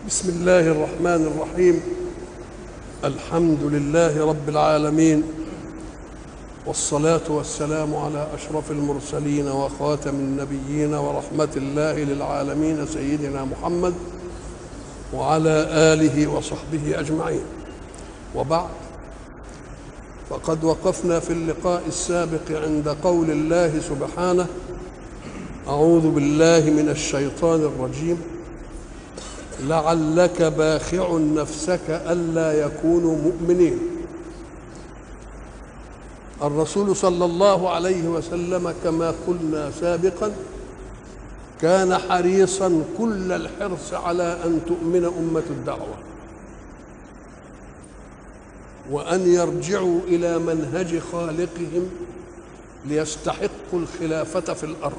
بسم الله الرحمن الرحيم. الحمد لله رب العالمين، والصلاة والسلام على أشرف المرسلين وخاتم النبيين ورحمة الله للعالمين سيدنا محمد وعلى آله وصحبه أجمعين. وبعد، فقد وقفنا في اللقاء السابق عند قول الله سبحانه: أعوذ بالله من الشيطان الرجيم، لعلك باخع نفسك ألا يكونوا مؤمنين. الرسول صلى الله عليه وسلم كما قلنا سابقا كان حريصا كل الحرص على أن تؤمن أمة الدعوة وأن يرجعوا إلى منهج خالقهم ليستحقوا الخلافة في الأرض،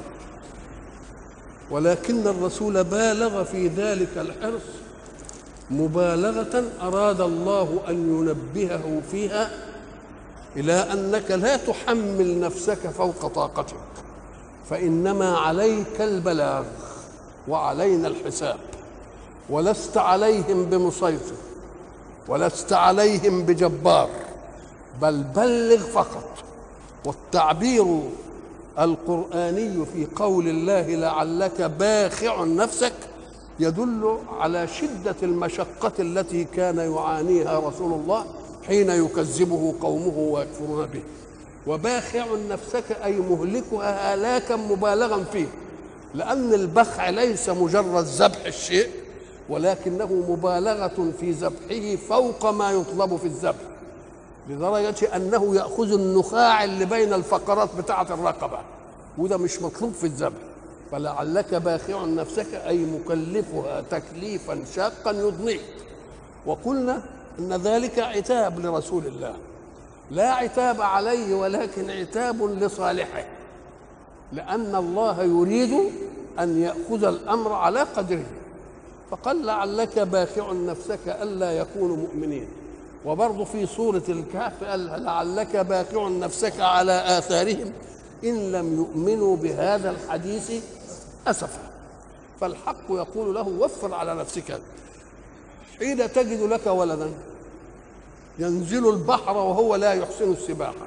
ولكن الرسول بالغ في ذلك الحرص مبالغة أراد الله أن ينبهه فيها إلى أنك لا تحمل نفسك فوق طاقتك، فإنما عليك البلاغ وعلينا الحساب، ولست عليهم بمسيطر ولست عليهم بجبار، بل بلغ فقط. والتعبير القرآني في قول الله لعلك باخع نفسك يدل على شدة المشقة التي كان يعانيها رسول الله حين يكذبه قومه ويكفرون به. وباخع نفسك أي مهلكها هلاكا مبالغا فيه، لأن البخع ليس مجرد ذبح الشيء، ولكنه مبالغة في ذبحه فوق ما يطلب في الذبح، لدرجة أنه يأخذ النخاع اللي بين الفقرات بتاعة الرقبة، وده مش مطلوب في الذبح. فلعلك باخع نفسك أي مكلفها تكليفا شاقا يضنيك. وقلنا أن ذلك عتاب لرسول الله، لا عتاب عليه ولكن عتاب لصالحه، لأن الله يريد أن يأخذ الأمر على قدره، فقال لعلك باخع نفسك ألا يكونوا مؤمنين. وبرضه في سورة الكهف قال لعلك باخع نفسك على آثارهم إن لم يؤمنوا بهذا الحديث أسفا. فالحق يقول له وفر على نفسك، حين تجد لك ولدا ينزل البحر وهو لا يحسن السباحة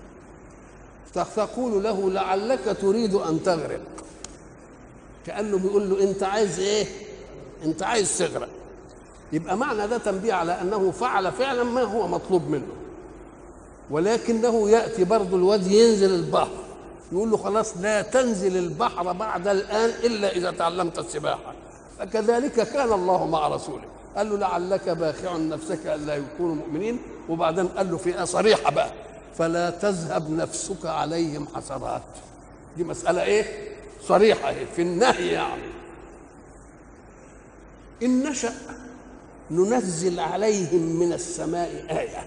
تقول له لعلك تريد أن تغرق، كأنه بيقول له أنت عايز إيه؟ أنت عايز تغرق. يبقى معنى ده تنبيه على أنه فعل فعلا ما هو مطلوب منه، ولكنه يأتي برضه الواد ينزل البحر يقول له خلاص لا تنزل البحر بعد الآن إلا إذا تعلمت السباحة. فكذلك كان الله مع رسوله، قال له لعلك باخع نفسك ألا يكونوا مؤمنين، وبعدين قال له فئة صريحة بقى فلا تذهب نفسك عليهم حسرات. دي مسألة إيه؟ صريحة في النهي. يعني إن نشأ ننزل عليهم من السماء آية.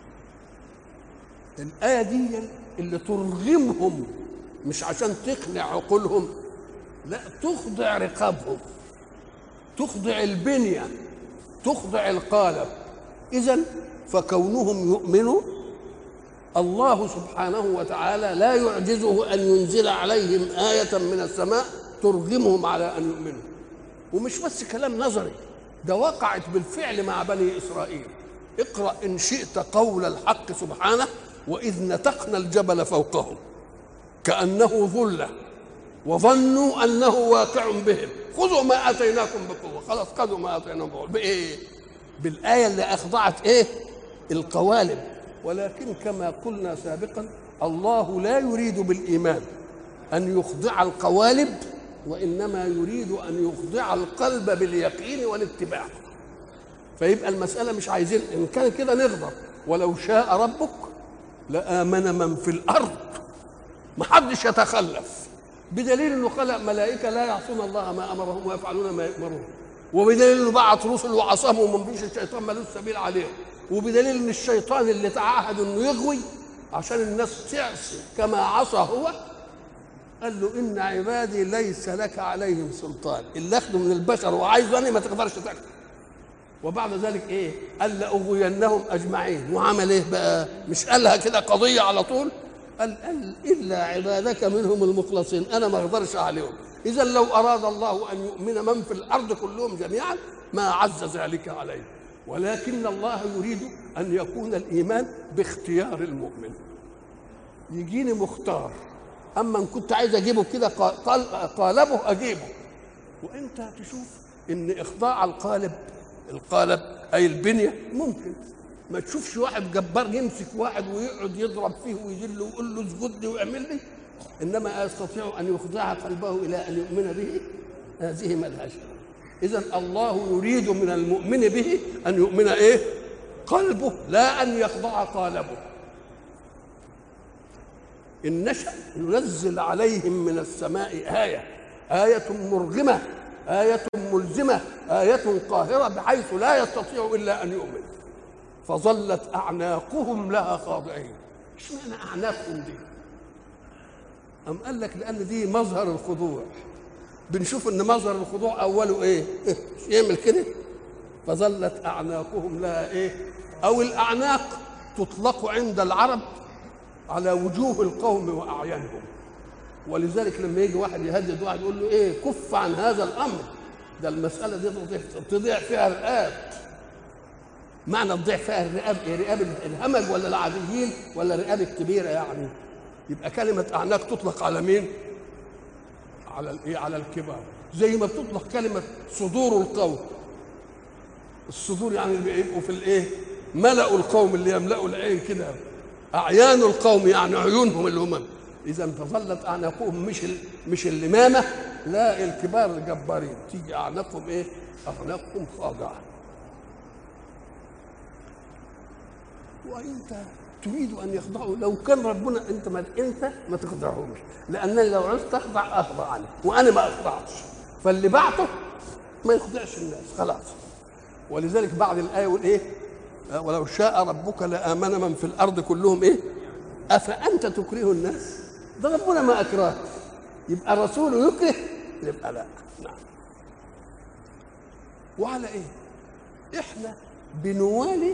الآية دي اللي ترغمهم، مش عشان تقنع عقولهم، لا، تخضع رقابهم، تخضع البنية، تخضع القالب. إذن فكونهم يؤمنوا الله سبحانه وتعالى لا يعجزه أن ينزل عليهم آية من السماء ترغمهم على أن يؤمنوا. ومش بس كلام نظري، ده وقعت بالفعل مع بني إسرائيل. اقرأ إن شئت قول الحق سبحانه: وإذ نتقنا الجبل فوقهم كأنه ظلة وظنوا أنه واقع بهم خذوا ما آتيناكم بقوة. خلاص خذوا ما آتيناكم بقوة. بإيه؟ بالآية اللي أخضعت إيه؟ القوالب. ولكن كما قلنا سابقا الله لا يريد بالإيمان أن يخضع القوالب، وإنما يريد أن يخضع القلب باليقين والاتباع. فيبقى المسألة مش عايزين إن كان كده نغضب، ولو شاء ربك لآمن من في الأرض، محدش يتخلف، بدليل إنه خلق ملائكة لا يعصون الله ما أمرهم ويفعلون ما يأمرون، وبدليل إنه بعت رسل وعصمهم ومن فيش الشيطان ملوش سبيل عليهم، وبدليل إن الشيطان اللي تعهد إنه يغوي عشان الناس تعصي كما عصى هو قال له إن عبادي ليس لك عليهم سلطان، اللي أخذوا من البشر وعايزه أنا ما تقدرش تاخده. وبعد ذلك إيه؟ قال لأغوينهم أجمعين. وعمل إيه بقى؟ مش قالها كده قضية على طول، قال إلا عبادك منهم المخلصين، أنا ما أقدرش عليهم. إذا لو أراد الله أن يؤمن من في الأرض كلهم جميعا ما عز ذلك عليه، ولكن الله يريد أن يكون الإيمان باختيار المؤمن. يجيني مختار، أما إن كنت عايز أجيبه كده قالبه أجيبه. وأنت تشوف إن إخضاع القالب أي البنية ممكن. ما تشوفش واحد جبار يمسك واحد ويقعد يضرب فيه ويذله ويقول له اسجد لي واعمل لي، إنما يستطيع أن يخضع قلبه إلى أن يؤمن به. هذه ملهاش. إذن الله يريد من المؤمن به أن يؤمن إيه؟ قلبه، لا أن يخضع قالبه. إن نشأ ننزل عليهم من السماء آية مرغمة، آية ملزمة، آية قاهرة بحيث لا يستطيع إلا أن يؤمن. فظلت أعناقهم لها خاضعين. اشمعنى أعناقهم دي؟ أم قال لك لأن دي مظهر الخضوع. بنشوف إن مظهر الخضوع أوله إيه؟ يعمل كده. فظلت أعناقهم لها إيه؟ أو الأعناق تطلق عند العرب على وجوه القوم وأعيانهم. ولذلك لما يجي واحد يهدد واحد يقول له إيه؟ كف عن هذا الأمر، ده المسألة دي تضيع فيها الرقاب. معنى تضيع فيها الرقاب إيه؟ رقاب الهمج ولا العاديين ولا الرقاب الكبيرة يعني؟ يبقى كلمة أعناق تطلق على مين؟ على الإيه؟ على الكبار. زي ما بتطلق كلمة صدور القوم. الصدور يعني اللي بيبقوا في الإيه؟ ملأوا القوم، اللي يملأوا العين كده. أعيان القوم يعني عيونهم اللي هم. إذا فظلت أعناقهم مش اللمامة، لا الكبار الجبارين. تيجي أعناقهم إيه؟ أعناقهم خاضعة. وأنت تريد أن يخضعوا. لو كان ربنا أنت ما تخضعهمش، لأنني لو عرفت أخضع أخضع عنه، وأنا ما أخضعتش، فاللي بعته ما يخضعش الناس خلاص. ولذلك بعد الآية يقول إيه؟ ولو شاء ربك لآمن من في الأرض كلهم إيه؟ أفأنت تكره الناس؟ ده ربنا ما أكره. يبقى رسوله يكره؟ يبقى لا. نعم. وعلى إيه؟ إحنا بنوالي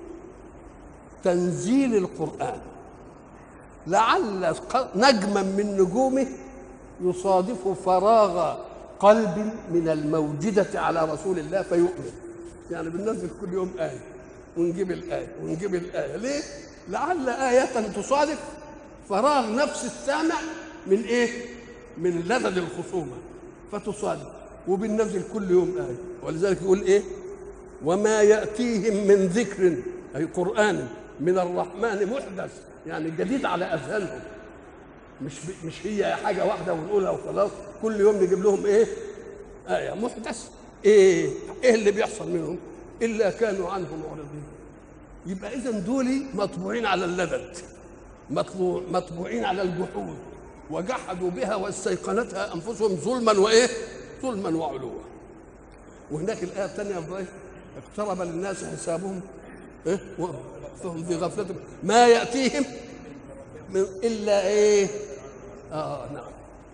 تنزيل القرآن، لعل نجما من نجومه يصادف فراغ قلب من الموجدة على رسول الله فيؤمن. يعني بننزل كل يوم آية ونجيب الآية ونجيب الآية. ليه؟ لعل آية تصادف فراغ نفس السامع من إيه؟ من لذذ الخصومة فتصادف، وبننزل كل يوم آية. ولذلك يقول إيه؟ وما يأتيهم من ذكر أي قرآن من الرحمن محدث، يعني جديد على أذهانهم. مش هي حاجة واحدة ونقولها وخلاص. كل يوم نجيب لهم إيه؟ آية محدث. إيه اللي بيحصل منهم؟ إلا كانوا عنه معرضين. يبقى إذن دول مطبوعين على اللذذ، مطبوعين على الجحود، وجحدوا بها واستيقنتها أنفسهم ظلما وإيه؟ ظلما وعلوا. وهناك الآية الثانية اقترب للناس حسابهم فهم في غفلة ما يأتيهم من إلا إيه؟ نعم.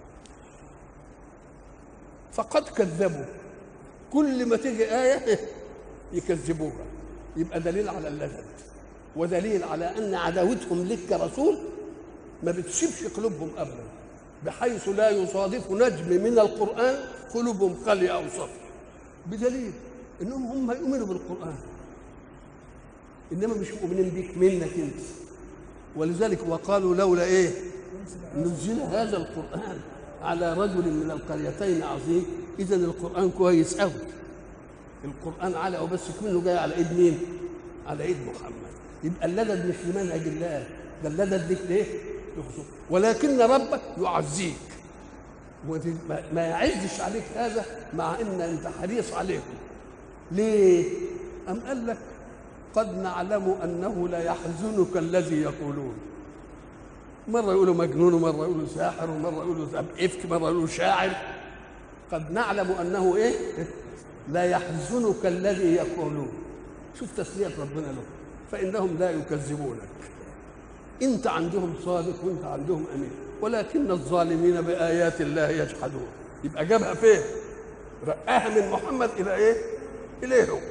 فقد كذبوا. كل ما تيجي آية يكذبوها. يبقى دليل على اللذذ، ودليل على أن عداوتهم لك كرسول ما بتسيبش قلوبهم أبدا، بحيث لا يصادف نجم من القرآن قلوبهم خالية أو صفر. بدليل إنهم هم يؤمنوا بالقرآن، إنما مش مؤمنين بك منك أنت. ولذلك وقالوا لولا إيه؟ نزل هذا القرآن على رجل من القريتين عظيم. إذن القرآن كويس أوي. القرآن على وبس منه جاي على إيد مين؟ على إيد محمد. يبقى اللذذ مش لمنهج الله، ده اللذذ ليك ليه؟ ولكن ربك يعزيك وما يعزش عليك هذا مع إن أنت حريص عليهم. ليه؟ أم قال لك قد نعلم أنه لا يحزنك الذي يقولون. مرة يقولوا مجنون، ومرة يقولوا ساحر، ومرة يقولوا إفك، مرة يقولوا شاعر. قد نعلم أنه إيه؟ لا يحزنك الذي يقولون. شوف تسلية ربنا له. فإنهم لا يكذبونك، أنت عندهم صادق وأنت عندهم أمين، ولكن الظالمين بآيات الله يجحدون. يبقى جابها فين؟ رقاها من محمد إلى إيه؟ إليه هو.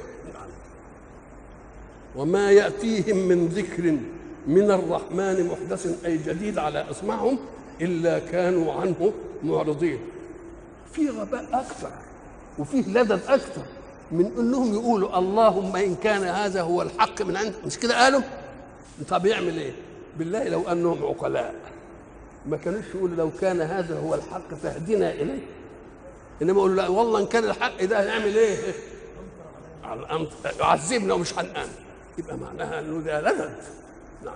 وما يأتيهم من ذكر من الرحمن محدث أي جديد على أسماعهم إلا كانوا عنه معرضين. في غباء اكثر وفيه لدد اكثر من انهم يقولوا اللهم ان كان هذا هو الحق من عندك، مش كده قالوا؟ طب يعمل ايه؟ بالله لو انهم عقلاء ما كانوش يقولوا لو كان هذا هو الحق فاهدنا اليه، انما يقولوا لا والله ان كان الحق ده هنعمل ايه؟ يعذبنا ومش هنآمن. يبقى معناها انه ده لدد. نعم.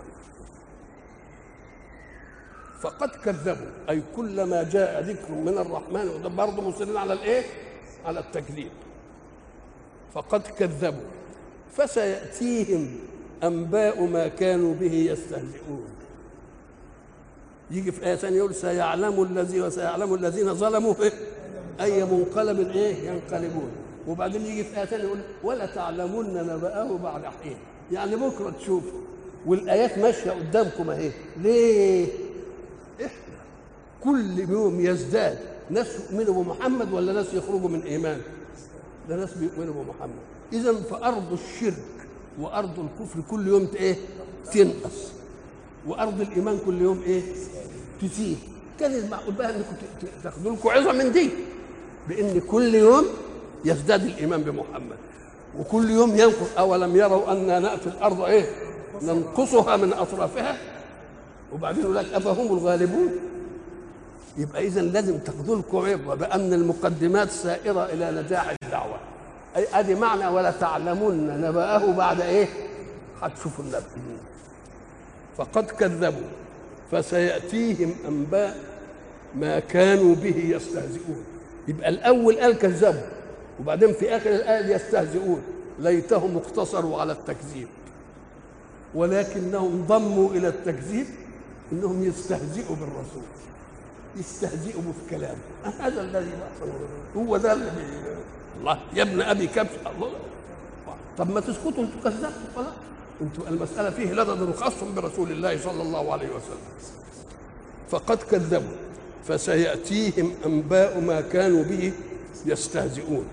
فقد كذبوا اي كلما جاء ذكر من الرحمن، وده برضه مصرين على الايه؟ على التكذيب. فقد كذبوا فسيأتيهم أنباء ما كانوا به يستهزئون. يجي في آية ثانية يقول وسيعلم الذين ظلموا أي منقلب إيه ينقلبون. وبعدين يجي في آية ثانية يقول ولا تعلمن نبأه بعد حين، يعني بكرة تشوفوا. والآيات ماشية قدامكم أهي. ليه؟ إحنا كل يوم يزداد ناس يؤمنوا بمحمد ولا ناس يخرجوا من إيمان؟ ده ناس بيؤمنوا بمحمد. إذا فأرض الشرك وأرض الكفر كل يوم إيه؟ تنقص، وأرض الإيمان كل يوم إيه؟ تزيد. كان المعقول بقى إنكم تاخدوا لكم عظة من دي، بإن كل يوم يزداد الإيمان بمحمد وكل يوم ينقص. أولم يروا أننا نأتي الأرض إيه؟ ننقصها من أطرافها، وبعدين يقول لك أفهم الغالبون. يبقى إذن لازم تاخدوا لكم عبرة بأن المقدمات سائرة إلى نجاح الدعوة. أي أدي معنى ولا تعلمون نبأه بعد إيه؟ هتشوفوا النبأ. فقد كذبوا فسيأتيهم أنباء ما كانوا به يستهزئون. يبقى الأول قال كذبوا، وبعدين في آخر الآية يستهزئون. ليتهم اقتصروا على التكذيب، ولكنهم ضموا إلى التكذيب إنهم يستهزئوا بالرسول، يستهزئوا في كلامه. هذا الذي هو ده اللي الله يا ابن ابي كبش. الله طب ما تسكتوا انتوا كذبتوا خلاص، انتوا المساله فيه لدد خاص برسول الله صلى الله عليه وسلم. فقد كذبوا فسياتيهم انباء ما كانوا به يستهزئون.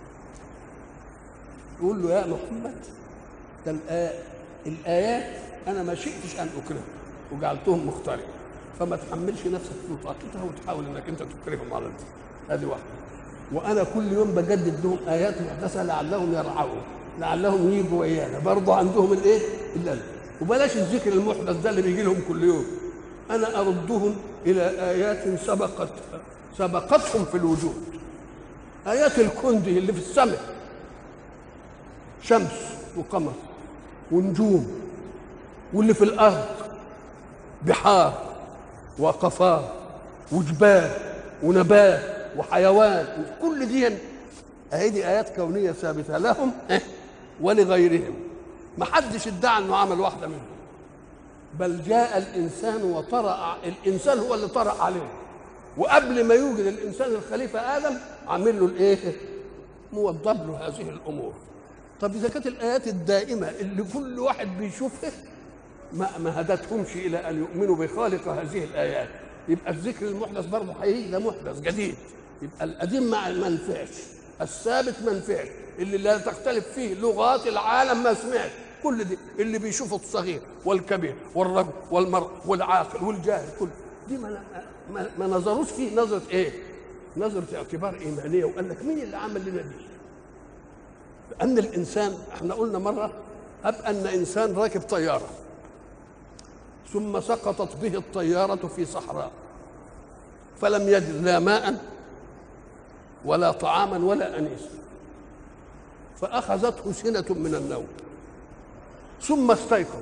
يقول له يا محمد ده الايات انا ما شئتش ان اكرههم وجعلتهم مختلفه، فما تحملش نفسك في طاقتها وتحاول انك انت تكرههم على دي. هذه واحده. وانا كل يوم بجدد لهم ايات محدثه لعلهم يرعون، لعلهم يجوا ويانا. برضه عندهم الايه؟ اللازم. وبلاش الذكر المحدث ده اللي بيجي لهم كل يوم. انا اردهم الى ايات سبقتهم في الوجود. ايات الكون دي اللي في السماء، شمس وقمر ونجوم، واللي في الارض بحار وقفار وجبال ونبات وحيوان، كل دي اهي ايات كونيه ثابته لهم ولغيرهم. ما حدش ادعى انه عمل واحده منهم، بل جاء الانسان وطرأ. الانسان هو اللي طرأ عليه، وقبل ما يوجد الانسان الخليفه ادم عامل له الايه؟ موضب له هذه الامور. طب اذا كانت الايات الدائمه اللي كل واحد بيشوفها ما هدتهمش الى ان يؤمنوا بخالق هذه الايات، يبقى الذكر المحدث برضه هيجي ده محدث جديد. يبقى القديم ما نفعش، الثابت ما نفعش، اللي لا تختلف فيه لغات العالم ما سمعش. كل دي اللي بيشوفه الصغير والكبير والرجل والمرء والعاقل والجاهل، كل دي ما نظروش فيه نظره ايه؟ نظره اعتبار ايمانيه. وقال لك مين اللي عمل لنا دي؟ لان الانسان، احنا قلنا مره ان انسان راكب طياره ثم سقطت به الطياره في صحراء، فلم يجد لا ماء ولا طعاما ولا انيسا، فاخذته سنه من النوم، ثم استيقظ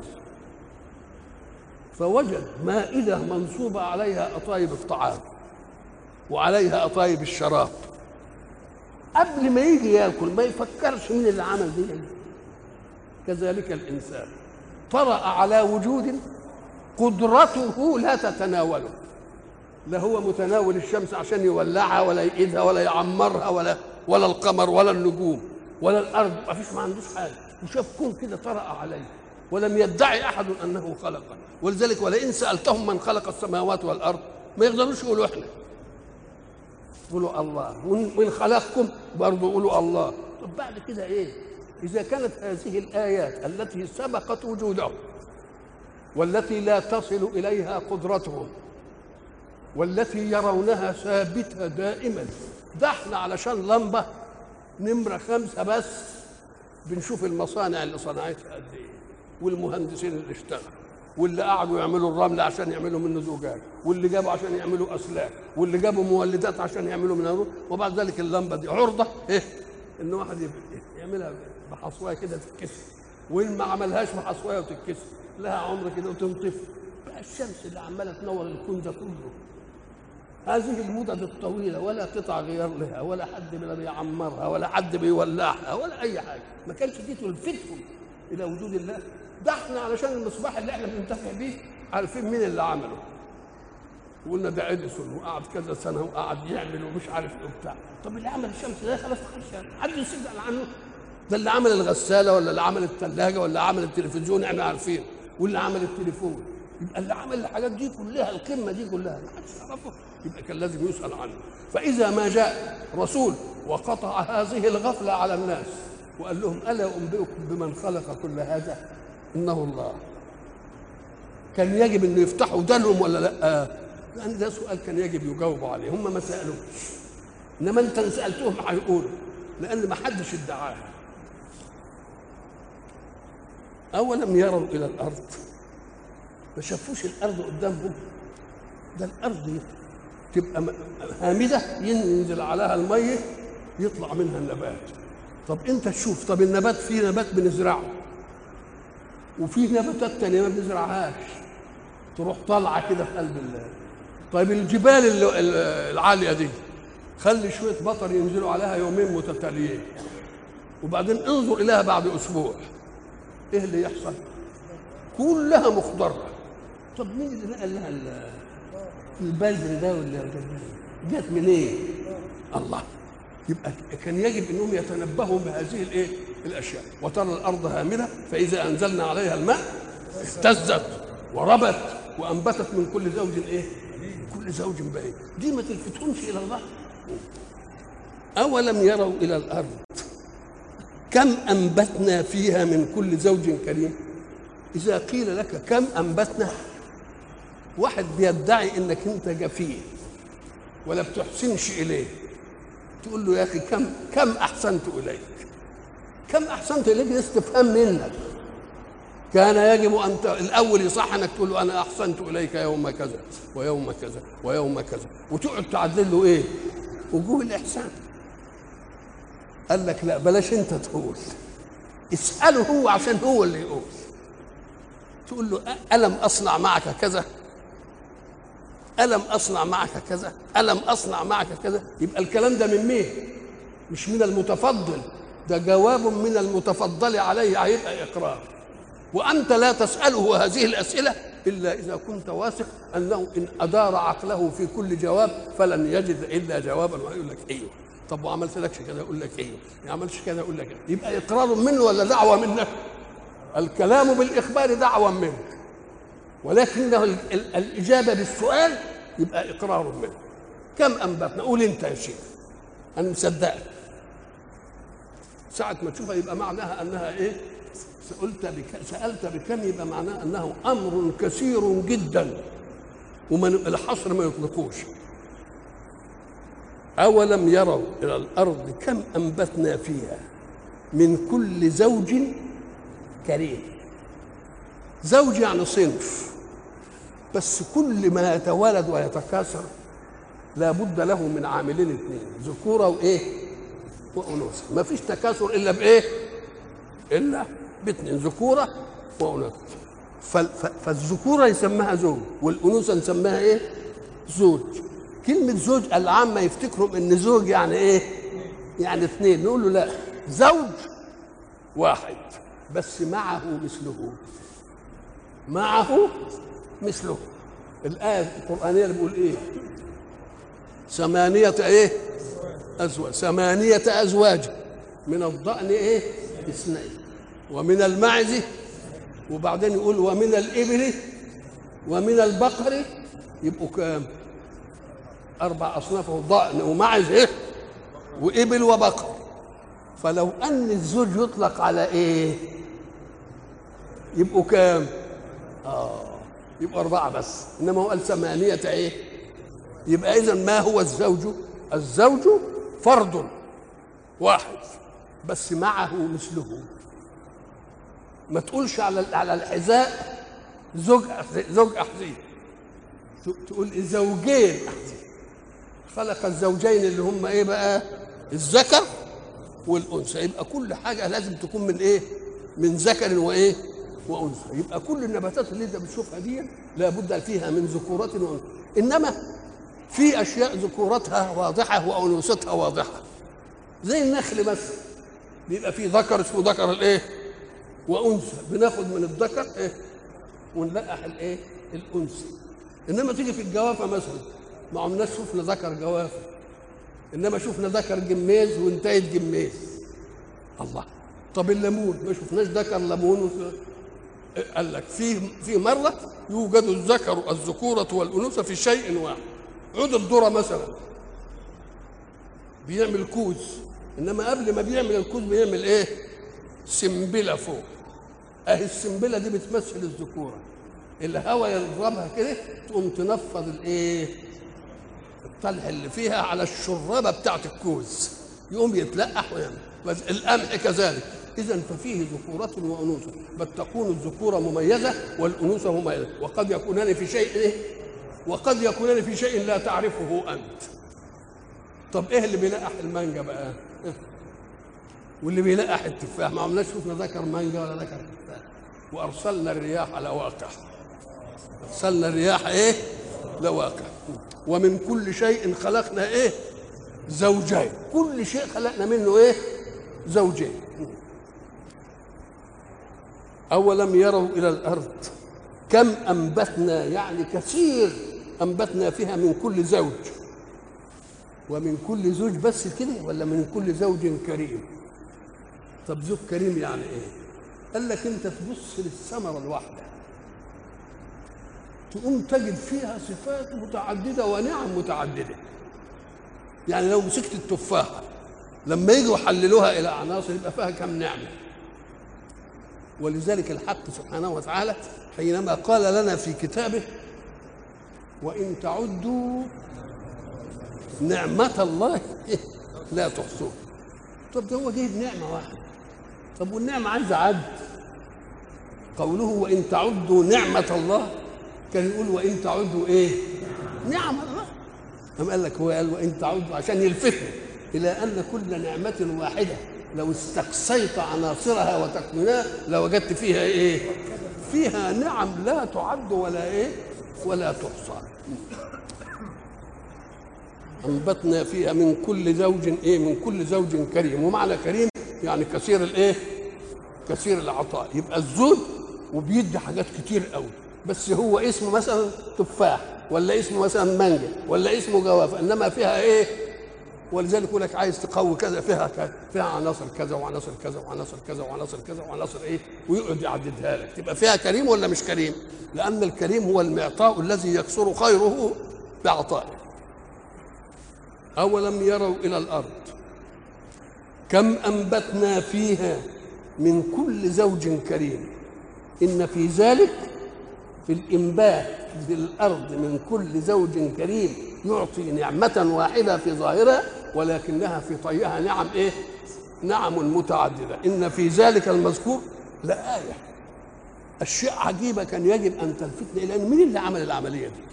فوجد مائده منصوبه عليها اطايب الطعام وعليها اطايب الشراب. قبل ما يجي ياكل ما يفكرش مين اللي عمل دي. كذلك الانسان طرأ على وجود قدرته لا تتناوله، لا هو متناول الشمس عشان يولعها ولا يقيدها ولا يعمرها ولا القمر ولا النجوم ولا الارض، ما عندوش حاجه. وشاف كون كده طرأ عليه ولم يدعي احد انه خلقه. ولذلك ولئن سالتهم من خلق السماوات والارض ما يقدروش يقولوا احنا، يقولوا الله. وإن خلقكم برضه يقولوا الله. طب بعد كده ايه؟ اذا كانت هذه الايات التي سبقت وجودهم والتي لا تصل اليها قدرتهم والتي يرونها ثابته دائما ده احنا علشان لمبه نمره 5 بس بنشوف المصانع اللي صنعتها قد ايه، والمهندسين اللي اشتغلوا، واللي قعدوا يعملوا الرمل عشان يعملوا منه زجاج، واللي جابوا عشان يعملوا اسلاك، واللي جابوا مولدات عشان يعملوا منها نور. وبعد ذلك اللمبه دي عرضه ايه؟ ان واحد يعملها بحصوايه كده تتكسر، وان ما عملهاش بحصوايه وتتكسر لها عمر كده وتنطفي. بقى الشمس اللي عماله تنور الكون ده كله، هذه المدد الطويله ولا قطع غيار لها، ولا حد بيعمرها، ولا حد بيولعها، ولا اي حاجه، ما كانش دي تلفتهم الى وجود الله. ده احنا علشان المصباح اللي احنا بننتفع بيه عارفين مين اللي عمله، وقلنا ده اديسون وقعد كذا سنه وقعد يعمل ومش عارف ايه وبتاع. طب اللي عمل الشمس ده خلاص ما حد يسال عنه. ده اللي عمل الغساله ولا اللي عمل الثلاجه ولا عمل التلفزيون احنا عارفين، واللي عمل التليفون. يبقى اللي عمل الحاجات دي كلها، القمه دي كلها ما حدش يعرفه، يبقى كان لازم يسال عنه. فاذا ما جاء رسول وقطع هذه الغفله على الناس وقال لهم الا انبئكم بمن خلق كل هذا انه الله، كان يجب انه يفتحوا ودانهم ولا لا؟ لان ده سؤال كان يجب يجاوبوا عليه، هم ما سالوش، انما انت ان سالتهم هيقولوا، لان ما حدش ادعاها. اولم يروا الى الارض، ما شافوش الارض قدامهم؟ ده الارض تبقى هامده ينزل عليها الميه يطلع منها النبات. طب انت تشوف، طب النبات، في نبات بنزرعه وفي نباتات تانية ما بنزرعهاش تروح طالعه كده في قلب الله. طيب الجبال العاليه دي خلي شويه مطر ينزلوا عليها يومين متتاليين وبعدين انظر اليها بعد اسبوع، ايه اللي يحصل؟ كلها مخضره. طب مين اللي نقل لها البذر ده ولا جت منين؟ إيه؟ الله. يبقى كان يجب انهم يتنبهوا بهذه الايه؟ الاشياء. وترى الارض هامده فاذا انزلنا عليها الماء اهتزت وربت وانبتت من كل زوج ايه؟ كل زوج بهيج. دي ما تلفتهمش الى الله. اولم يروا الى الارض كم انبتنا فيها من كل زوج كريم. اذا قيل لك كم انبتنا، واحد بيدعي انك انت جفيه ولا بتحسنش اليه، تقول له يا اخي كم احسنت اليك. كم احسنت اليك ده استفهام منك. كان يجب ان الاول يصح انك تقول له انا احسنت اليك يوم كذا ويوم كذا ويوم كذا، وتقعد تعدل له ايه؟ وجوه الاحسان. قال لك لا بلاش انت تقول، اساله هو عشان هو اللي يقول. تقول له الم اصنع معك كذا؟ الم اصنع معك كذا؟ الم اصنع معك كذا؟ يبقى الكلام ده من مين؟ مش من المتفضل، ده جواب من المتفضل عليه، هيبقى اقرار. وانت لا تساله هذه الاسئله الا اذا كنت واثق انه ان ادار عقله في كل جواب فلن يجد الا جوابا ويقول لك ايوه. طب وعملت لكش كذا يقول لك ايوه، ما عملتش كذا يقول لك ايوه. يبقى اقرار منه ولا دعوه منك؟ الكلام بالاخبار دعوه منك، ولكنه الاجابه بالسؤال يبقى اقرار منه. كم انبتنا؟ قول انت يا شيخ انا مصدقك. ساعه ما تشوفها يبقى معناها انها ايه؟ سالت بكم يبقى معناها انه امر كثير جدا ومن الحصر ما يطلقوش. أولم يروا إلى الأرض كم أنبتنا فيها من كل زوج كريم. زوج يعني صنف، بس كل ما يتولد ويتكاثر لا بد له من عاملين اثنين، ذكورة وإيه؟ وأنوثة. ما فيش تكاثر إلا بإيه؟ إلا باثنين، ذكورة وأنوثة. فالذكورة يسمىها زوج والأنوثة نسميها إيه؟ زوج. كلمة زوج العامة يفتكروا ان زوج يعني ايه؟ يعني اثنين. نقول له لا، زوج واحد بس معه مثله. معه مثله. الآية القرآنية اللي بيقول ايه؟ 8 ايه؟ أزواج. 8 أزواج من الضأن ايه؟ 2 ومن المعز، وبعدين يقول ومن الإبل ومن البقر، يبقوا كام؟ 4 أصناف، ضأن ومعز ايه؟ وإبل وبقر. فلو أن الزوج يطلق على ايه؟ يبقوا كام؟ يبقوا 4 بس، إنما هو قال 8 ايه؟ يبقى إذن ما هو الزوج؟ الزوج فرد واحد بس معه مثله. ما تقولش على الحذاء زوج أحذية، تقول زوجين أحذية. خلق الزوجين اللي هم ايه بقى؟ الذكر والانثى. يبقى كل حاجه لازم تكون من ايه؟ من ذكر وايه؟ وانثى. يبقى كل النباتات اللي انت بتشوفها دي لابد فيها من ذكورة وانثى، انما في اشياء ذكورتها واضحه وانوثتها واضحه، زي النخل مثلا بيبقى فيه ذكر اسمه ذكر الايه؟ وانثى. بناخد من الذكر ايه؟ ونلقح الايه؟ الانثى. انما تيجي في الجوافه مثلا، ما عمناش شفنا ذكر جوافه، انما شفنا ذكر جميز وانتهت جميز. الله. طب الليمون ما شفناش ذكر ليمون. قال لك في مره يوجد الذكر الذكوره والانوثه في شيء واحد. عود الذره مثلا بيعمل كوز، انما قبل ما بيعمل الكوز بيعمل ايه؟ سنبله فوق. اهي السنبله دي بتمثل الذكوره، الهواء يضربها كده تقوم تنفض الايه؟ الطلح اللي فيها على الشرابه بتاعت الكوز، يقوم يتلقح ويعمل. القمح كذلك. اذا ففيه ذكوره وانوثه، بل تكون الذكوره مميزه والانوثه مميزه، وقد يكونان في شيء ايه؟ وقد يكونان في شيء لا تعرفه انت. طب ايه اللي بيلقح المانجا بقى؟ واللي بيلقح التفاح؟ ما عملناش شفنا ذكر مانجا ولا ذكر تفاح. وارسلنا الرياح لواقح. ارسلنا الرياح ايه؟ لواقح. ومن كل شيء خلقنا ايه؟ زوجين. كل شيء خلقنا منه ايه؟ زوجين. اولم يروا الى الارض كم انبتنا، يعني كثير انبتنا فيها من كل زوج. ومن كل زوج بس كده ولا من كل زوج كريم؟ طب زوج كريم يعني ايه؟ قال لك انت تبص للثمره الواحده تقوم تجد فيها صفات متعدده ونعم متعدده. يعني لو مسكت التفاحه لما يجوا يحللوها الى عناصر يبقى فيها كم نعمه. ولذلك الحق سبحانه وتعالى حينما قال لنا في كتابه وان تعدوا نعمه الله لا تحصوها. طب ده هو جايب نعمه واحده، طب والنعمه عايزه عد. قوله وان تعدوا نعمه الله كان يقول وان تعدوا ايه؟ نعم الله. أم قال لك هو قال وان تعدوا عشان يلفتوا الى ان كل نعمه واحده لو استقصيت عناصرها وتكوينها لوجدت فيها ايه؟ فيها نعم لا تعد ولا ايه؟ ولا تحصى. انبتنا فيها من كل زوج ايه؟ من كل زوج كريم. ومعنى كريم يعني كثير الايه؟ كثير العطاء. يبقى الزوج وبيدي حاجات كتير قوي، بس هو اسمه مثلا تفاح ولا اسمه مثلا مانجا ولا اسمه جوافه، انما فيها ايه؟ ولذلك يقول لك عايز تقوي كذا فيها عناصر كذا وعناصر كذا وعناصر كذا وعناصر كذا وعناصر ايه؟ ويقعد يعددها لك. تبقى فيها كريم ولا مش كريم؟ لان الكريم هو المعطاء الذي يكثر خيره بعطائه. اولم يروا الى الارض كم انبتنا فيها من كل زوج كريم ان في ذلك في الانبات في الارض من كل زوج كريم يعطي نعمه واحده في ظاهرها ولكنها في طيها نعم ايه؟ نعم متعدده. ان في ذلك المذكور لآية. الشيء عجيبه كان يجب ان تلفتنا الى ان مين اللي عمل العمليه دي؟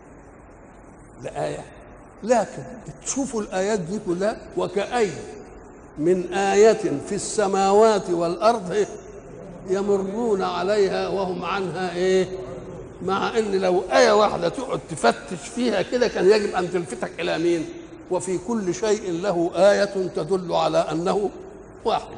لآية. لكن تشوفوا الايات دي كلها وكأي من آية في السماوات والارض يمرون عليها وهم عنها ايه؟ مع ان لو آية واحدة تقعد تفتش فيها كده كان يجب ان تلفتك الى مين؟ وفي كل شيء له آية تدل على انه واحد.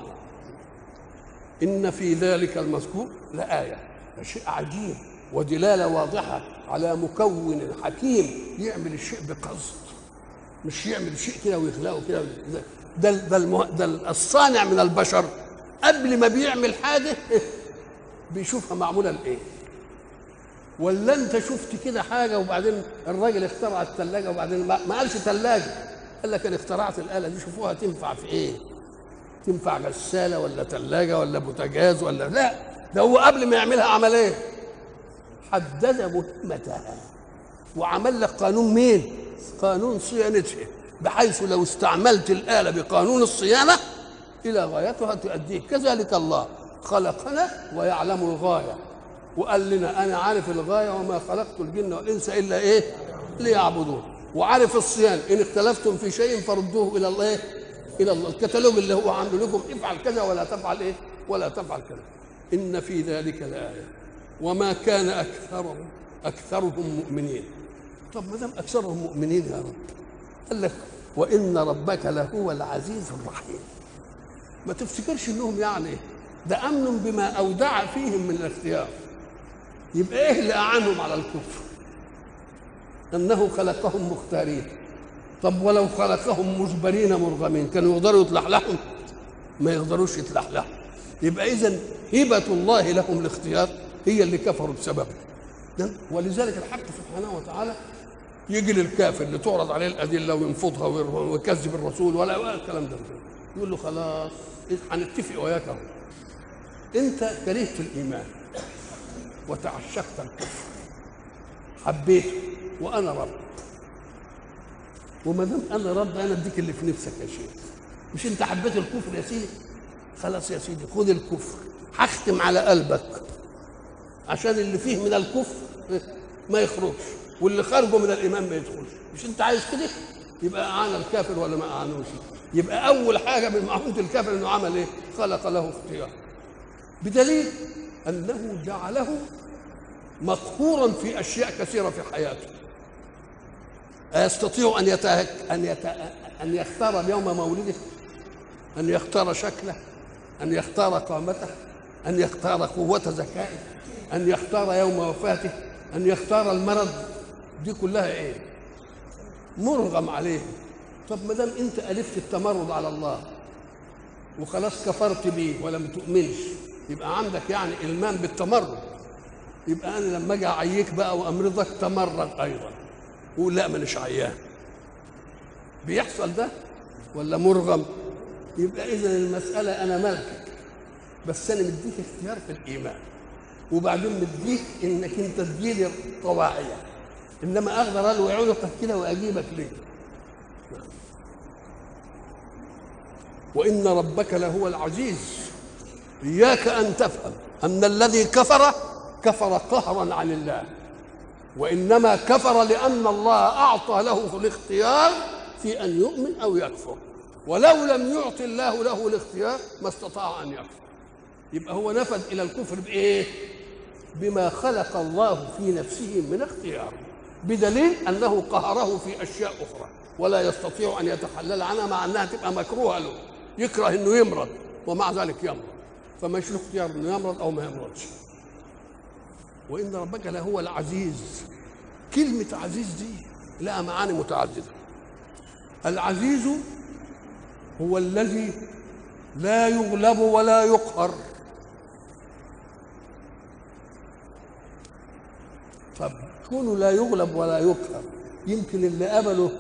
ان في ذلك المذكور لآية. شيء عجيب ودلالة واضحة على مكون حكيم يعمل الشيء بقصد، مش يعمل شيء كده ويخلقه كده. ده الصانع من البشر قبل ما بيعمل حاجه بيشوفها معموله لايه. ولا انت شفت كده حاجه وبعدين الراجل اخترع الثلاجه وبعدين ما قالش ثلاجه، قال لك انا اخترعت الاله دي شوفوها تنفع في ايه؟ تنفع غساله ولا ثلاجه ولا بوتاجاز ولا لا؟ ده هو قبل ما يعملها عمل ايه؟ حدد مهمتها وعمل لك قانون مين؟ قانون صيانتها. بحيث لو استعملت الآلة بقانون الصيانة إلى غايتها تؤديه. كذلك الله خلقنا ويعلم الغاية، وقال لنا أنا عارف الغاية وما خلقت الجن والإنس إلا إيه؟ ليعبدون. وعارف الصيانة، إن اختلفتم في شيء فردوه إلى الله، إلى الله. الكتالوج اللي هو عامله لكم افعل كذا ولا تفعل إيه؟ ولا تفعل كذا. إن في ذلك لآية وما كان أكثرهم مؤمنين. طب ما دام أكثرهم مؤمنين يا رب، قال لك وإن ربك لهو العزيز الرحيم. ما تفتكرش إنهم يعني ده أمن بما أودع فيهم من الاختيار. يبقى إيه اللي أعانهم على الكفر؟ أنه خلقهم مختارين. طب ولو خلقهم مجبرين مرغمين كانوا يقدروا يتلحلحوا؟ ما يقدروش يتلحلحوا. يبقى إذن هبة الله لهم الاختيار هي اللي كفروا بسببه. ولذلك الحق سبحانه وتعالى يجي للكافر اللي تعرض عليه الأدلة وينفضها ويكذب الرسول ولا الكلام ده، يقول له خلاص هنتفق وياك اهو، انت كرهت الايمان وتعشقت الكفر، حبيته وانا رب، وما دام انا رب انا اديك اللي في نفسك يا شيخ. مش انت حبيت الكفر يا سيدي؟ خلاص يا سيدي خد الكفر، هختم على قلبك عشان اللي فيه من الكفر ما يخرجش واللي خارجه من الايمان ما يدخلش. مش انت عايز كده؟ يبقى اعان الكافر ولا ما اعانوش؟ يبقى اول حاجه من معونه الكافر انه عمل ايه؟ خلق له اختيار، بدليل انه جعله مقهورا في اشياء كثيره في حياته. أيستطيع أن يختار يوم مولده، أن يختار شكله، أن يختار قامته، أن يختار قوة ذكائه، أن يختار يوم وفاته، أن يختار المرض؟ دي كلها إيه؟ مرغم عليه. طب ما دام أنت ألفت التمرد على الله وخلاص كفرت بيه ولم تؤمنش، يبقى عندك يعني إلمام بالتمرد. يبقى أنا لما أجي أعييك بقى وأمرضك تمرد أيضا، قول لا مانيش عيان. بيحصل ده ولا مرغم؟ يبقى إذن المسألة أنا ملكك، بس أنا مديك اختيار في الإيمان، وبعدين مديك إنك أنت تجيلي طواعية، إنما أقدر ألوي عنقك كده وأجيبك ليه؟ وإن ربك لهو العزيز. إياك أن تفهم أن الذي كفر قهرا عن الله، وإنما كفر لأن الله أعطى له الاختيار في أن يؤمن أو يكفر، ولو لم يعطي الله له الاختيار ما استطاع أن يكفر. يبقى هو نفذ إلى الكفر بإيه؟ بما خلق الله في نفسه من اختيار، بدليل أنه قهره في أشياء أخرى ولا يستطيع أن يتحلل عنها، مع أنها تبقى مكروهة له، يكره أنه يمرض ومع ذلك يمرض، فمش له اختيار أنه يمرض أو ما يمرضش. وإن ربك لهو العزيز. كلمة عزيز دي لها معاني متعددة. العزيز هو الذي لا يغلب ولا يقهر. طب كونه لا يغلب ولا يقهر، يمكن اللي قبله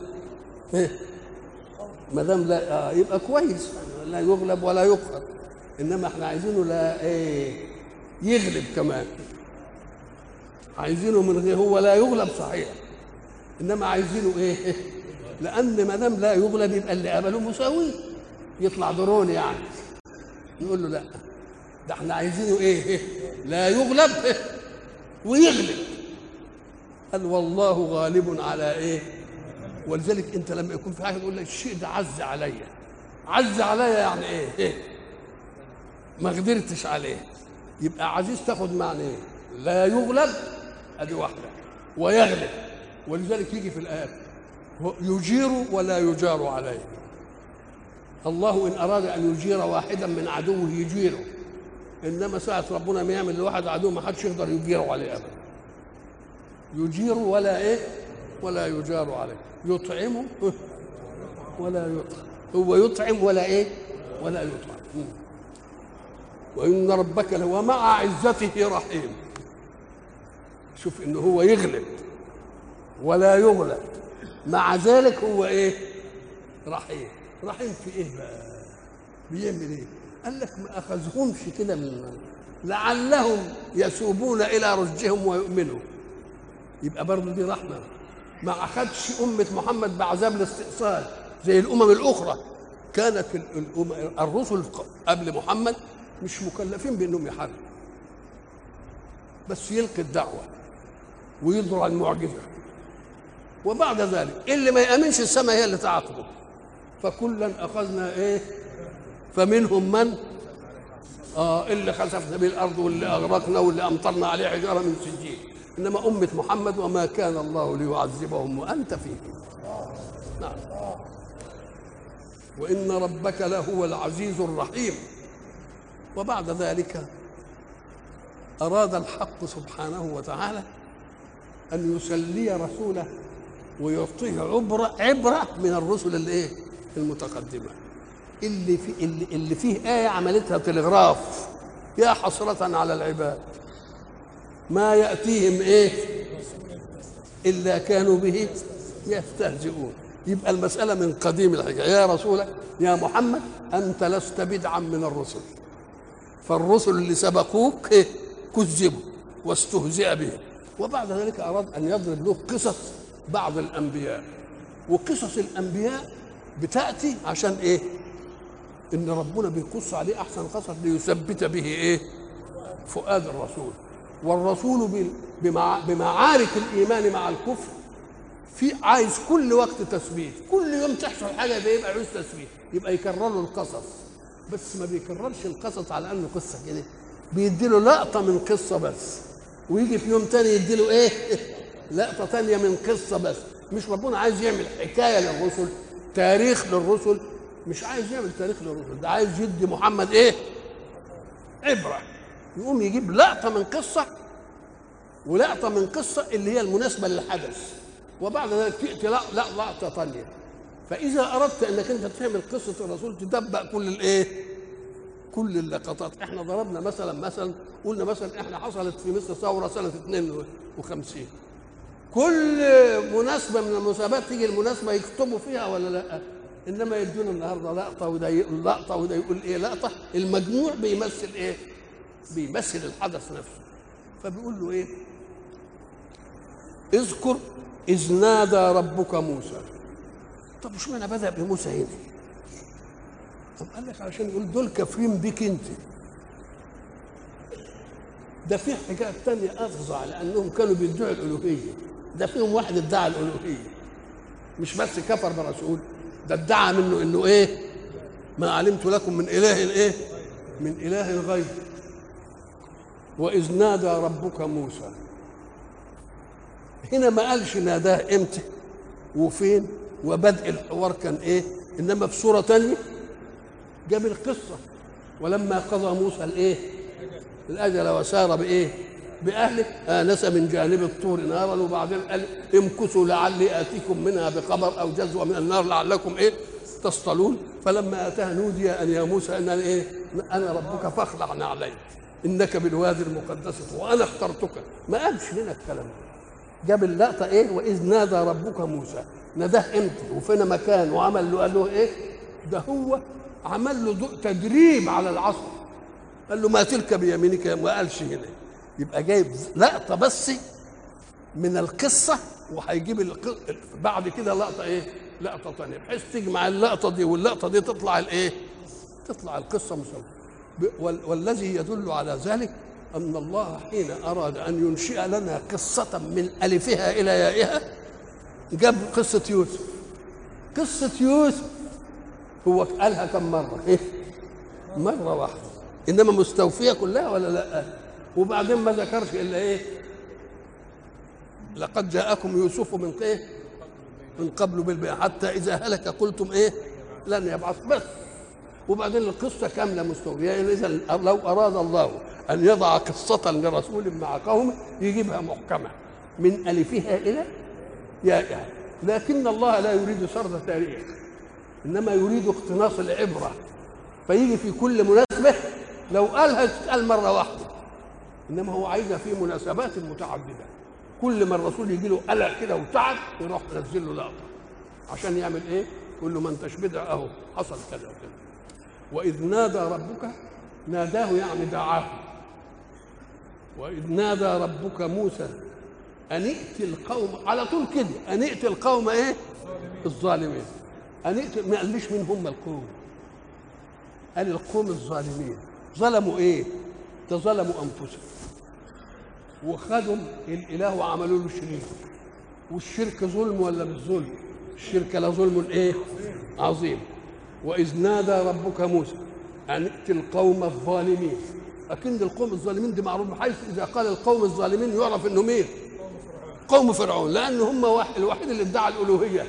ما دام لا يبقى كويس، لا يغلب ولا يقهر، انما احنا عايزينه لا يغلب كمان، عايزينه من غير، هو لا يغلب صحيح انما عايزينه ايه؟ لان ما دام لا يغلب يبقى اللي قبله مساوي، يطلع درون يعني. نقول له لا، ده احنا عايزينه ايه؟ لا يغلب ويغلب. قال والله غالب على ايه؟ ولذلك انت لما يكون في حاجه تقول لك الشيء ده عز عليا، عز عليا يعني ايه؟ ما قدرتش عليه. يبقى عزيز تاخد معنى ايه؟ لا يغلب ادي واحده، ويغلب. ولذلك يجي في الايات يجير ولا يجار عليه. الله ان اراد ان يجير واحدا من عدوه يجيره، انما ساعه ربنا ما يعمل لواحد عدو ما حدش يقدر يجيره عليه ابدا. يجير ولا ايه؟ ولا يجار عليه. يطعمه ولا يطعم، هو يطعم ولا ايه؟ ولا يطعم. وان ربك لهو مع عزته رحيم. شوف انه هو يغلب ولا يغلب، مع ذلك هو ايه؟ رحيم. رحيم في ايه بقى؟ بيعمل ايه؟ قال لك ما اخذهمش كده من لعلهم يسوبون الى رشدهم ويؤمنوا. يبقى برضه دي رحمه. ما اخذش امه محمد بعذاب الاستئصال زي الامم الاخرى. كانت الرسل قبل محمد مش مكلفين بانهم يحاربوا، بس يلقي الدعوه ويظهر المعجزه، وبعد ذلك اللي ما يامنش السماء هي اللي تعاقبه. فكلا اخذنا ايه؟ فمنهم من اللي خسفنا به الارض واللي اغرقنا واللي امطرنا عليه حجاره من سجيل. انما امه محمد وما كان الله ليعذبهم وانت فيهم. نعم. وان ربك لهو العزيز الرحيم. وبعد ذلك اراد الحق سبحانه وتعالى ان يسلي رسوله ويعطيه عبره من الرسل الايه؟ المتقدمه، اللي فيه آية عملتها تلغراف. يا حسرة على العباد ما يأتيهم إيه إلا كانوا به يستهزئون. يبقى المسألة من قديم الحكاية. يا رسول يا محمد أنت لست بدعا من الرسل، فالرسل اللي سبقوك كذبوا واستهزئ بهم. وبعد ذلك أراد أن يضرب له قصص بعض الأنبياء، وقصص الأنبياء بتأتي عشان إيه؟ إن ربنا بيقص عليه أحسن قصص ليثبت به إيه؟ فؤاد الرسول. والرسول بمعارك الإيمان مع الكفر في عايز كل وقت تثبيت، كل يوم تحصل حاجة يبقى عايز تثبيت، يبقى يكرروا القصص. بس ما بيكررش القصص على أنه قصة كده، بيديله لقطة من قصة بس، ويجي في يوم تاني يديله إيه؟ لقطة تانية من قصة بس. مش ربنا عايز يعمل حكاية للرسل، تاريخ للرسل، مش عايز يعمل تاريخ للرسل، ده عايز يدي محمد ايه؟ عبره. يقوم يجيب لقطه من قصه ولقطه من قصه اللي هي المناسبه للحدث، وبعد ذلك تاتي لقطه ثانيه. فاذا اردت انك انت تعمل قصه الرسول تدبق كل الايه؟ كل اللقطات. احنا ضربنا مثلا قلنا مثلا احنا حصلت في مصر ثوره سنه 52، كل مناسبه من المناسبات تيجي المناسبه يكتبوا فيها ولا لا؟ انما يدونا النهارده لقطه وده يقول لقطه وده يقول ايه لقطه، المجموع بيمثل ايه؟ بيمثل الحدث نفسه. فبيقول له ايه؟ اذكر اذ نادى ربك موسى. طب وش معنى بدا بموسى هنا؟ طب قال لك علشان يقول دول كافرين بيك انت. ده في حاجات تانية افظع، لانهم كانوا بيدعوا الالوهيه. ده فيهم واحد ادعى الالوهيه، مش بس كفر برسول، ده ادعى منه انه ايه؟ ما علمت لكم من اله ايه؟ من اله غير. واذ نادى ربك موسى، هنا ما قالش ناداه امتى وفين وبدء الحوار كان ايه، انما في سوره ثانيه جاب القصه. ولما قضى موسى الايه؟ الاجل وسار بايه؟ باهله انس من جانب الطور نارا، وبعدين قال امكثوا لعلي اتيكم منها بخبر او جزوه من النار لعلكم ايه؟ تصطلون. فلما اتاها نودي ان يا موسى ان ايه؟ انا ربك فاخلع نعليك انك بالوادي المقدس وانا اخترتك. ما قالش لنا الكلام ده، جاب اللقطه ايه؟ واذ نادى ربك موسى. ناداه امتى وفين مكان وعمل له قال له ايه؟ ده هو عمل له تدريب على العصر، قال له ما تلك بيمينك، ما قالش هنا. يبقى جايب لقطه بس من القصه، وهيجيب بعد كده لقطه ايه؟ لقطه ثانيه، بحيث تجمع اللقطه دي واللقطه دي تطلع الايه؟ تطلع القصه مسلسل. والذي يدل على ذلك ان الله حين اراد ان ينشئ لنا قصه من الفها الى يائها جاب قصه يوسف. قصه يوسف هو قالها كم مره؟ ايه؟ مره واحده، انما مستوفيه كلها ولا لا؟ وبعدين ما ذكرش الا ايه؟ لقد جاءكم يوسف من ايه؟ من قبل بالبيع حتى اذا هلك قلتم ايه؟ لن يبعث بس. وبعدين القصه كامله مستويه. يعني اذا لو اراد الله ان يضع قصه لرسول مع قومه يجيبها محكمه من الفها الى يائها، لكن الله لا يريد سرد تاريخ، انما يريد اقتناص العبره. فيجي في كل مناسبه لو قالها تتقال مره واحده، انما هو عايزها في مناسبات متعدده. كل ما الرسول يجي له قلق كده وتعب يروح ينزل له لقطه عشان يعمل ايه؟ يقول له ما انتش بدع اهو حصل كذا وكذا. واذ نادى ربك، ناداه يعني دعاه. واذ نادى ربك موسى ان ائت القوم، على طول كده ان ائت القوم ايه؟ الظالمين. ما قاليش مين هم القوم، قال القوم الظالمين. ظلموا ايه؟ ظلموا انفسهم وخدوا الاله وعملوا له شريك. والشرك ظلم ولا مش ظلم؟ الشرك لظلم ايه؟ عظيم. واذ نادى ربك موسى ان ائت القوم الظالمين. لكن القوم الظالمين دي معروف، بحيث اذا قال القوم الظالمين يعرف انه مين؟ قوم فرعون، لان هم الوحيد اللي ادعى الالوهيه.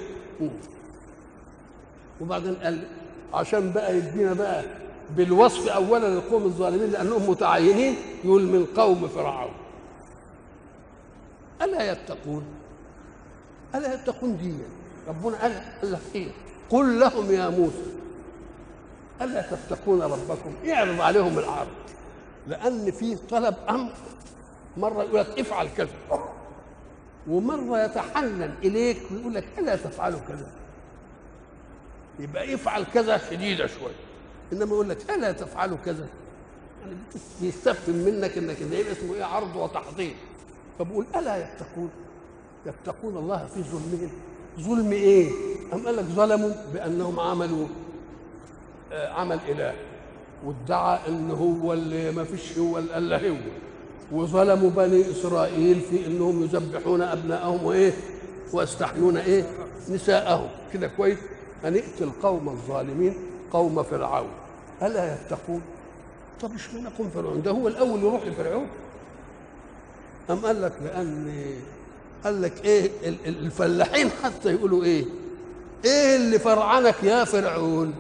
وبعدين قال عشان بقى يدينا بقى بالوصف اولا للقوم الظالمين لانهم متعينين، يقول من قوم فرعون. الا يتقون؟ الا يتقون دي ربنا قال لك ايه؟ قل لهم يا موسى الا تتقون ربكم. اعرض عليهم العرض، لان في طلب امر، مره يقول لك افعل كذا، ومره يتحنن اليك ويقول لك الا تفعلوا كذا. يبقى افعل كذا شديده شويه، انما يقول لك الا تفعلوا كذا، يعني بيستفهم منك انك ده يبقى اسمه ايه؟ عرض وتحضير. فبقول الا يتقون؟ يتقون الله في ظلمهم. ظلم ايه؟ أم قال لك ظلموا بانهم عملوا عمل اله، وادعى ان هو اللي ما فيش هو الا هو. وظلموا بني اسرائيل في انهم يذبحون ابناءهم وايه؟ ويستحيون ايه؟ نساءهم. كده كويس. ان ائت القوم الظالمين قوم فرعون الا يتقون. طب اشمعنى قوم فرعون؟ ده هو الاول يروح لفرعون. أم قال لك لان قال لك ايه الفلاحين حتى يقولوا ايه؟ ايه اللي فرعنك يا فرعون؟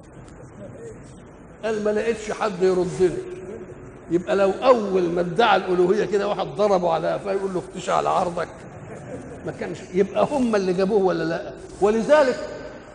قال ما لقيتش حد يردني. يبقى لو اول ما ادعى الالوهيه كده واحد ضربه على قفاه يقول له اختشى على عرضك، ما كانش يبقى هم اللي جابوه ولا لا؟ ولذلك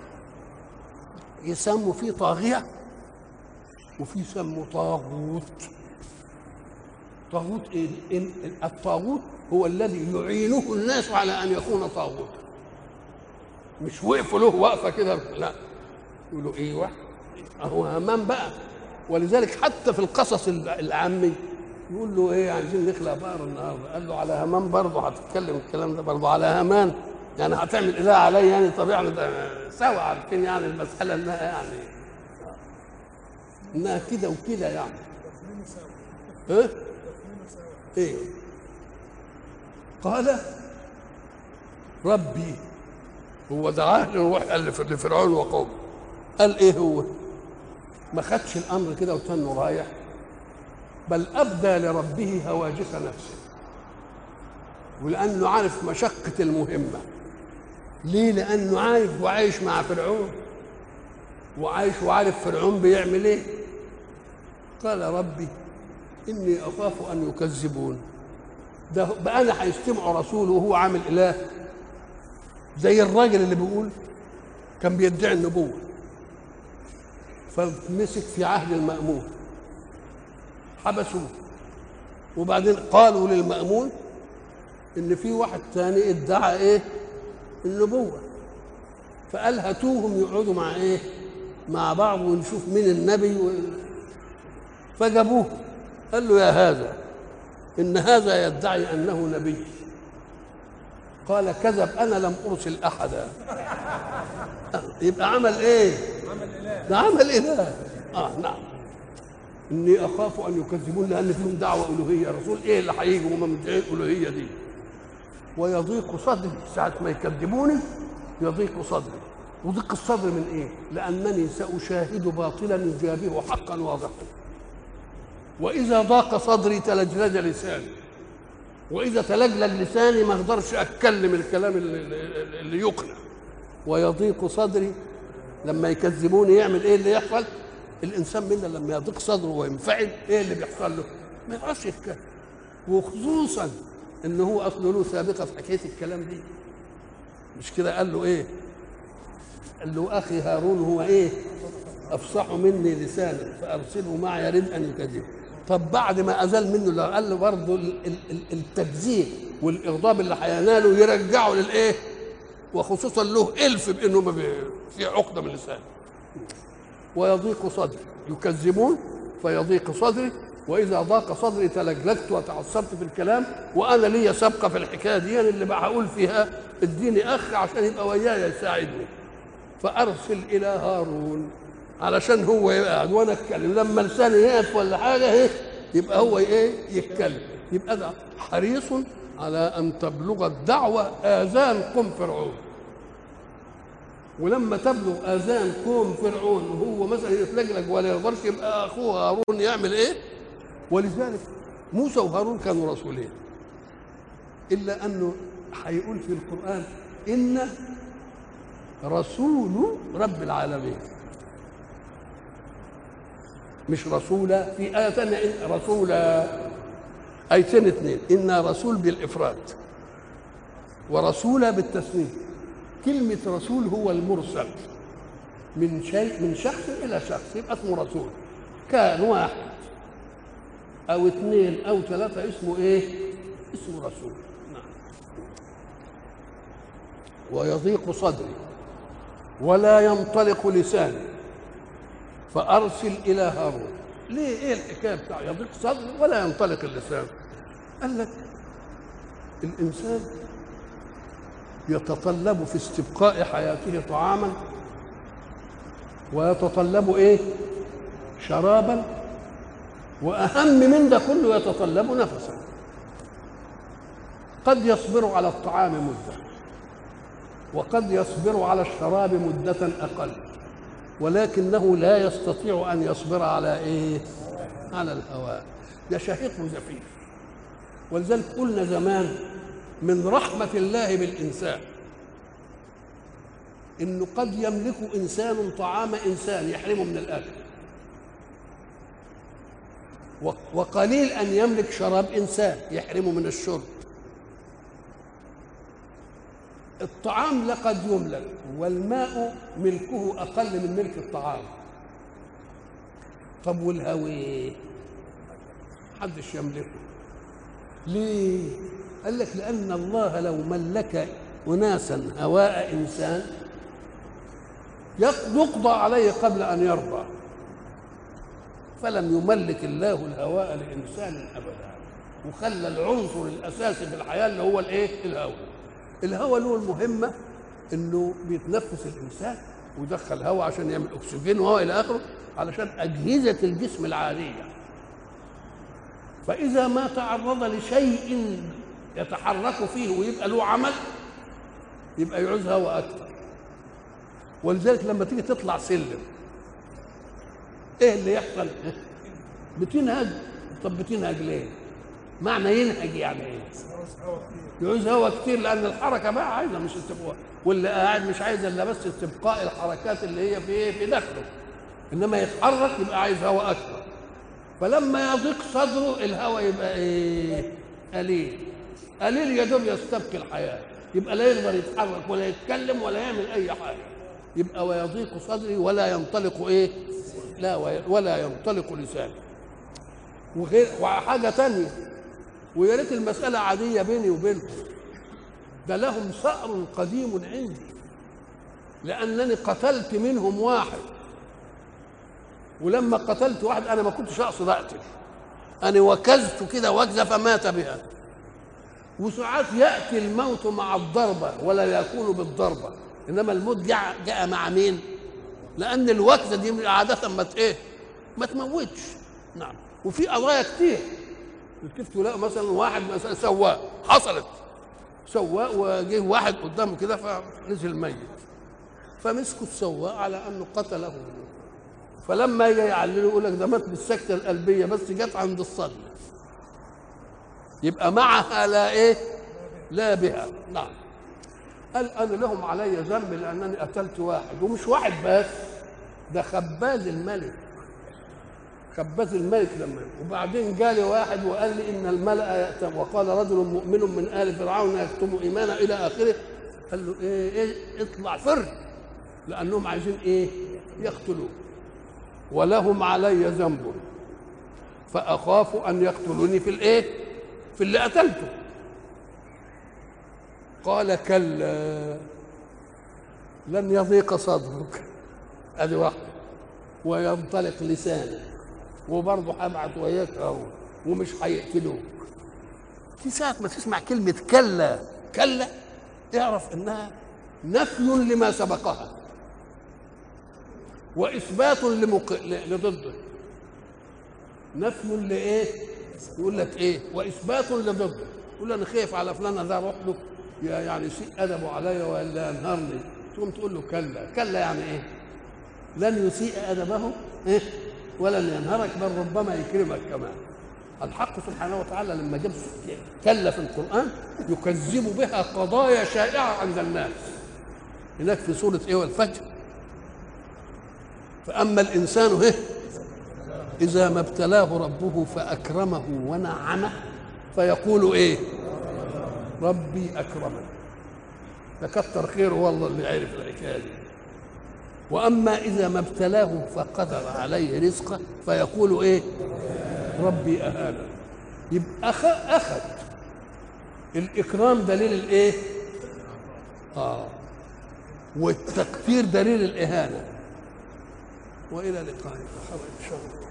يسموا فيه طاغيه وفي يسموا طاغوت. طاغوت ايه؟ الطاغوت هو الذي يعينه الناس على ان يكون طاغوت، مش وقفوا له وقفه كده، لا يقولوا ايوه اهو هامان بقى. ولذلك حتى في القصص العامي يقول له ايه؟ عايزين نخلق بقر النهارده، قال له على هامان برضه هتتكلم الكلام ده برضه على هامان، يعني هتعمل اله عليا يعني؟ طب يعني سوا عارفين يعني المساله انها يعني انها كده وكده يعني. ايه؟ ايه؟ قال ربي. هو دعاه لروح قال لفرعون وقومه. قال ايه هو؟ ما خدش الامر كده وتنه رايح، بل ابدى لربه هواجس نفسه، ولانه عارف مشقه المهمه. ليه؟ لانه عارف وعايش مع فرعون، وعايش وعارف فرعون بيعمل ايه. قال ربي اني اخاف ان يكذبون. ده بقى انا هيستمعوا رسول وهو عامل اله، زي الراجل اللي بيقول كان بيدعي النبوه فمسك في عهد المأمون، حبسوه، وبعدين قالوا للمأمون ان في واحد ثاني ادعى ايه؟ النبوه. فقال هاتوهم يقعدوا مع ايه؟ مع بعض ونشوف مين النبي فجابوه. قال له يا هذا ان هذا يدعي انه نبي. قال كذب، انا لم ارسل احدا. يبقى عمل ايه؟ ده عمل اله. نعم. اني اخاف ان يكذبون لان فيهم دعوه الوهيه. الرسول ايه اللي هيجي وهم مدعين الالوهيه دي؟ ويضيق صدري ساعه ما يكذبوني، يضيق صدري. وضيق الصدر من ايه؟ لانني ساشاهد باطلا يجابه حقا واضحا، واذا ضاق صدري تلجلج لساني، واذا تلجلج لساني ما اقدرش اتكلم الكلام اللي يقنع. ويضيق صدري لما يكذبوني يعمل ايه اللي يحصل؟ الانسان منا لما يضيق صدره وينفعل ايه اللي بيحصل له؟ ما يقدرش يتكلم. وخصوصا ان هو اصله له سابقه في حكايه الكلام دي. مش كده قال له ايه؟ قال له اخي هارون هو ايه؟ افصح مني لسانا فارسله معي يريد ان يكذب. طب بعد ما ازال منه لو قال له برضه التكذيب والاغضاب اللي هيناله يرجعه للايه؟ وخصوصا له الف بانه ما في عقده من لسانه. ويضيق صدري، يكذبون فيضيق صدري، واذا ضاق صدري تلجلجت وتعصبت في الكلام، وانا لي سابقه في الحكايه دي اللي بقى هقول فيها اديني اخ عشان يبقى وياي يساعدني. فارسل الى هارون علشان هو يقعد وانا اتكلم، لما لساني يقف ولا حاجه ايه يبقى هو ايه يتكلم. يبقى ده حريص على ان تبلغ الدعوه اذان قوم فرعون، ولما تبلغ اذان قوم فرعون وهو مثلا يتلجلج ولا يقدرش، يبقى اخوه هارون يعمل ايه؟ ولذلك موسى وهارون كانوا رسولين، الا انه هيقول في القران ان رسول رب العالمين، مش رسولا. في آية ثانية رسولا، آيتين اثنين، إن رسول بالإفراد ورسولا بالتثنية. كلمة رسول هو المرسل من شيء، من شخص إلى شخص، يبقى اسمه رسول. كان واحد أو اثنين أو ثلاثة اسمه إيه؟ اسمه رسول. نعم. ويضيق صدري ولا ينطلق لساني فأرسل إلى هارون. ليه؟ إيه الحكاية بتاع يضيق صدري ولا ينطلق اللسان؟ قال لك الإنسان يتطلب في استبقاء حياته طعاما، ويتطلب إيه؟ شرابا، وأهم من ده كله يتطلب نفسا. قد يصبر على الطعام مدة، وقد يصبر على الشراب مدة أقل، ولكنه لا يستطيع أن يصبر على إيه؟ على الهواء. ده شهيق وزفير. ولذلك قلنا زمان من رحمة الله بالإنسان إنه قد يملك إنسان طعام إنسان يحرمه من الأكل، وقليل أن يملك شراب إنسان يحرمه من الشرب. الطعام لقد يملك، والماء ملكه أقل من ملك الطعام. طب والهواء محدش يملكه. ليه؟ قال لك لأن الله لو ملك أناسا هواء إنسان يقضى عليه قبل أن يرضى، فلم يملك الله الهواء لإنسان أبدا، وخلى العنصر الأساسي في الحياة اللي هو الإيه؟ الهواء. الهواء له المهمة إنه بيتنفس الإنسان ويدخل هواء عشان يعمل أكسجين وهواء إلى آخره، علشان أجهزة الجسم العادية. فإذا ما تعرض لشيء يتحرك فيه ويبقى له عمل، يبقى يعوز هواء أكثر. ولذلك لما تيجي تطلع سلم إيه اللي يحصل؟ بتنهج. طب بتنهج ليه؟ معنى ينهج يعني إيه؟ يعوز هواء كتير، لأن الحركة بقى عايزة مش استبقاء، واللي قاعد مش عايز إلا بس استبقاء الحركات اللي هي في داخله، إنما يتحرك يبقى عايز هواء أكثر. فلما يضيق صدره الهواء يبقى ايه؟ قليل. قليل يا دوب يستبقي الحياه، يبقى لا يقدر يتحرك ولا يتكلم ولا يعمل اي حاجه. يبقى ويضيق صدري ولا ينطلق ايه؟ لا ولا ينطلق لساني. وغير وحاجه ثانيه، ويا ريت المساله عاديه بيني وبينكم، ده لهم ثأر قديم عندي، لانني قتلت منهم واحد. ولما قتلت واحد انا ما كنتش اقصد اقتل، انا وكزت كده وكزه فمات بها. وساعات ياتي الموت مع الضربه ولا يكون بالضربه، انما الموت جاء مع مين؟ لان الوكزه دي عاده ما تموتش. نعم. وفي قضايا كتير كيف تلاقي مثلا واحد مثلا سواق، حصلت سواق وجه واحد قدامه كده فنزل ميت، فمسكوا السواق على انه قتله. فلما يجي يعلله يقول لك ده مات بالسكته القلبيه بس جت عند الصدمه، يبقى معها لا ايه؟ لا بها. نعم. قال انا لهم علي ذنب لانني قتلت واحد، ومش واحد بس، ده خباز الملك. خباز الملك لما وبعدين جالي واحد وقال لي ان الملأ وقال رجل مؤمن من آل فرعون يكتم ايمانه الى اخره. قال له ايه اطلع فر، لانهم عايزين ايه؟ يقتلوه. ولهم علي ذنب فأخاف أن يقتلوني في الإيه؟ في اللي قتلته. قال كلا لن يضيق صدرك، أدي واحدة، وينطلق لسانك، وبرضه هبعت وياك أهو، ومش هيقتلوك. في ساعة ما تسمع كلمة كلا كلا اعرف إنها نفي لما سبقها. واثبات لضده، نفي لايه؟ يقول لك ايه؟ واثبات لضده. يقول انا خايف على فلان ده اروح له يعني يسيء ادبه عليا ولا ينهرني، تقوم تقول له كلا. كلا يعني ايه؟ لن يسيء ادبه إيه؟ ولن ينهرك، بل ربما يكرمك كمان. الحق سبحانه وتعالى لما جاب كلا في القرآن يكذب بها قضايا شائعة عند الناس. هناك في سورة ايه؟ والفجر. فأما الإنسان إيه؟ إذا ما ابتلاه ربه فأكرمه ونعمه فيقول ايه؟ ربي أكرمن. فكتر خيره والله اللي عرف الحكاية دي. وأما إذا ما ابتلاه فقدر عليه رزقه فيقول ايه؟ ربي أهانا. يبقى أخذ الإكرام دليل الإيه؟ والتكفير دليل الإهانة. وإلى لقاء آخر إن شاء الله.